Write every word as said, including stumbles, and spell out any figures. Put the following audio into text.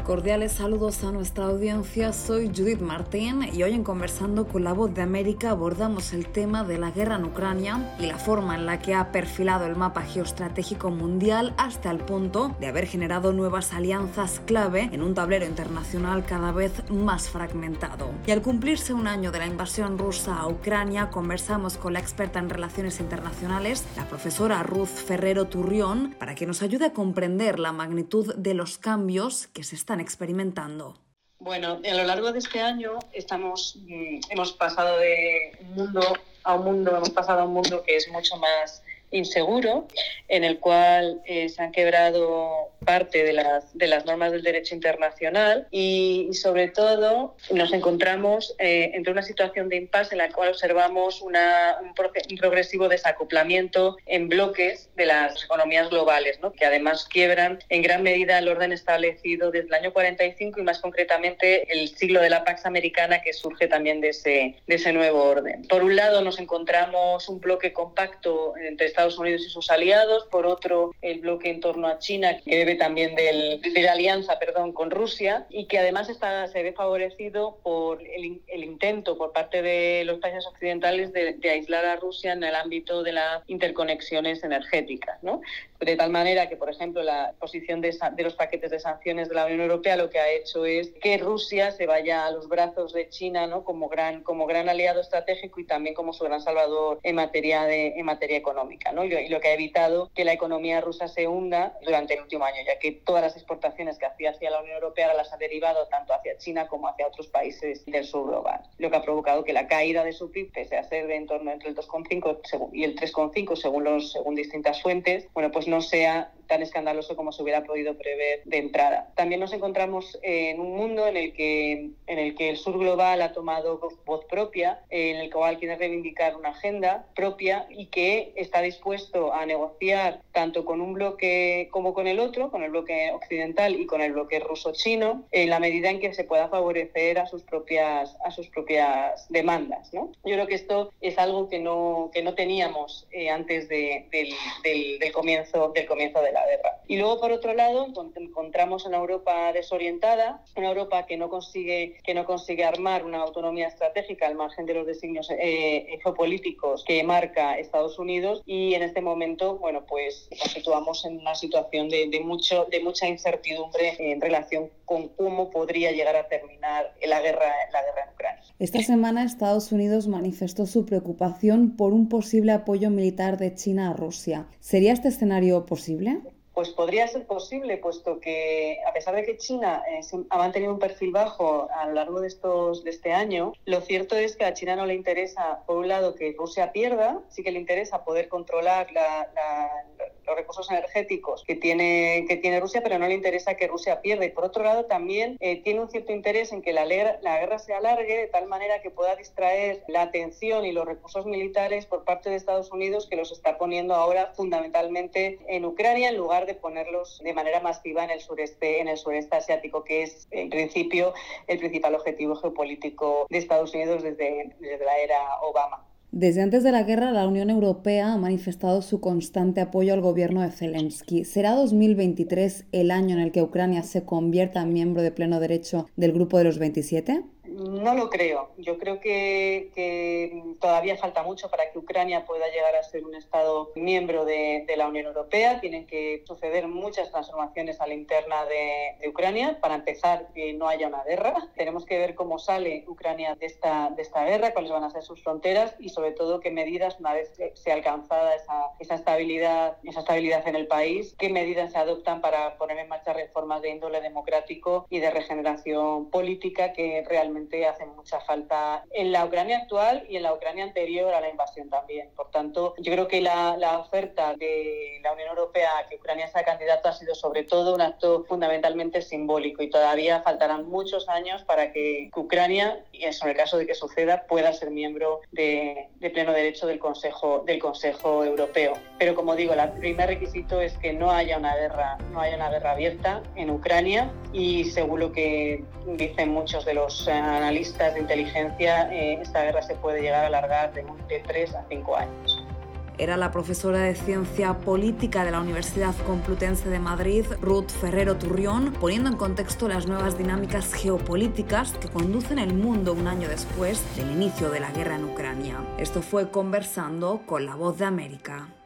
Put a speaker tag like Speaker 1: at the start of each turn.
Speaker 1: Cordiales saludos a nuestra audiencia, soy Judith Martín y hoy en Conversando con la Voz de América abordamos el tema de la guerra en Ucrania y la forma en la que ha perfilado el mapa geoestratégico mundial hasta el punto de haber generado nuevas alianzas clave en un tablero internacional cada vez más fragmentado. Y al cumplirse un año de la invasión rusa a Ucrania, conversamos con la experta en relaciones internacionales, la profesora Ruth Ferrero Turrión, para que nos ayude a comprender la magnitud de los cambios que se están experimentando.
Speaker 2: Bueno, a lo largo de este año estamos, hemos pasado de un mundo a un mundo, hemos pasado a un mundo que es mucho más inseguro, en el cual eh, se han quebrado parte de las, de las normas del derecho internacional y, y sobre todo nos encontramos eh, entre una situación de impasse en la cual observamos una, un, pro, un progresivo desacoplamiento en bloques de las economías globales, ¿no? Que además quiebran en gran medida el orden establecido desde el año cuarenta y cinco y más concretamente el siglo de la Pax Americana, que surge también de ese, de ese nuevo orden. Por un lado nos encontramos un bloque compacto entre Estados Unidos y sus aliados, por otro el bloque en torno a China, que bebe también del, de la alianza perdón, con Rusia y que además está, se ve favorecido por el, el intento por parte de los países occidentales de, de aislar a Rusia en el ámbito de las interconexiones energéticas, ¿no? De tal manera que, por ejemplo, la posición de, de los paquetes de sanciones de la Unión Europea lo que ha hecho es que Rusia se vaya a los brazos de China, ¿no? como, gran, como gran aliado estratégico y también como su gran salvador en materia, de, en materia económica, ¿no? Y, lo, y lo que ha evitado que la economía rusa se hunda durante el último año, ya que todas las exportaciones que hacía hacia la Unión Europea ahora las ha derivado tanto hacia China como hacia otros países del sur global, lo que ha provocado que la caída de su P I B, pese a ser de en torno entre el dos coma cinco y el tres coma cinco según, los, según distintas fuentes, bueno, pues no sea tan escandaloso como se hubiera podido prever de entrada. También nos encontramos en un mundo en el que, en el, que el sur global ha tomado voz propia, en el cual quiere reivindicar una agenda propia y que está dispuesto a negociar tanto con un bloque como con el otro, con el bloque occidental y con el bloque ruso-chino, en la medida en que se pueda favorecer a sus propias, a sus propias demandas, ¿no? Yo creo que esto es algo que no, que no teníamos eh, antes de, del, del, del, comienzo, del comienzo de la guerra. Y luego, por otro lado, encontramos una Europa desorientada, una Europa que no consigue, que no consigue armar una autonomía estratégica al margen de los designios eh, geopolíticos que marca Estados Unidos, y en este momento, bueno, pues nos situamos en una situación de, de, mucho, de mucha incertidumbre en relación con cómo podría llegar a terminar la guerra, la guerra en Ucrania.
Speaker 1: Esta semana Estados Unidos manifestó su preocupación por un posible apoyo militar de China a Rusia. ¿Sería este escenario posible?
Speaker 2: Pues podría ser posible, puesto que a pesar de que China eh, ha mantenido un perfil bajo a lo largo de, estos, de este año, lo cierto es que a China no le interesa, por un lado, que Rusia pierda, sí que le interesa poder controlar la, la, los recursos energéticos que tiene, que tiene Rusia, pero no le interesa que Rusia pierda. Y por otro lado, también eh, tiene un cierto interés en que la, la guerra se alargue de tal manera que pueda distraer la atención y los recursos militares por parte de Estados Unidos, que los está poniendo ahora fundamentalmente en Ucrania, en lugar de de ponerlos de manera masiva en el sureste, en el sureste asiático, que es en principio el principal objetivo geopolítico de Estados Unidos desde, desde la era Obama.
Speaker 1: Desde antes de la guerra, la Unión Europea ha manifestado su constante apoyo al gobierno de Zelensky. ¿Será dos mil veintitrés el año en el que Ucrania se convierta en miembro de pleno derecho del Grupo de los veintisiete?
Speaker 2: No lo creo. Yo creo que, que todavía falta mucho para que Ucrania pueda llegar a ser un Estado miembro de, de la Unión Europea. Tienen que suceder muchas transformaciones a la interna de, de Ucrania. Para empezar, que no haya una guerra. Tenemos que ver cómo sale Ucrania de esta, de esta guerra, cuáles van a ser sus fronteras y sobre todo qué medidas, una vez sea alcanzada esa, esa, estabilidad, esa estabilidad en el país, qué medidas se adoptan para poner en marcha reformas de índole democrático y de regeneración política que realmente hacen mucha falta en la Ucrania actual y en la Ucrania anterior a la invasión también. Por tanto, yo creo que la, la oferta de la Unión Europea a que Ucrania sea candidato ha sido sobre todo un acto fundamentalmente simbólico y todavía faltarán muchos años para que Ucrania, y eso en el caso de que suceda, pueda ser miembro de, de pleno derecho del Consejo, del Consejo Europeo. Pero como digo, el primer requisito es que no haya una guerra, no haya una guerra abierta en Ucrania y según lo que dicen muchos de los analistas de inteligencia, eh, esta guerra se puede llegar a alargar de, de tres a cinco años.
Speaker 1: era la profesora de Ciencia Política de la Universidad Complutense de Madrid, Ruth Ferrero Turrión, poniendo en contexto las nuevas dinámicas geopolíticas que conducen el mundo un año después del inicio de la guerra en Ucrania. Esto fue Conversando con La Voz de América.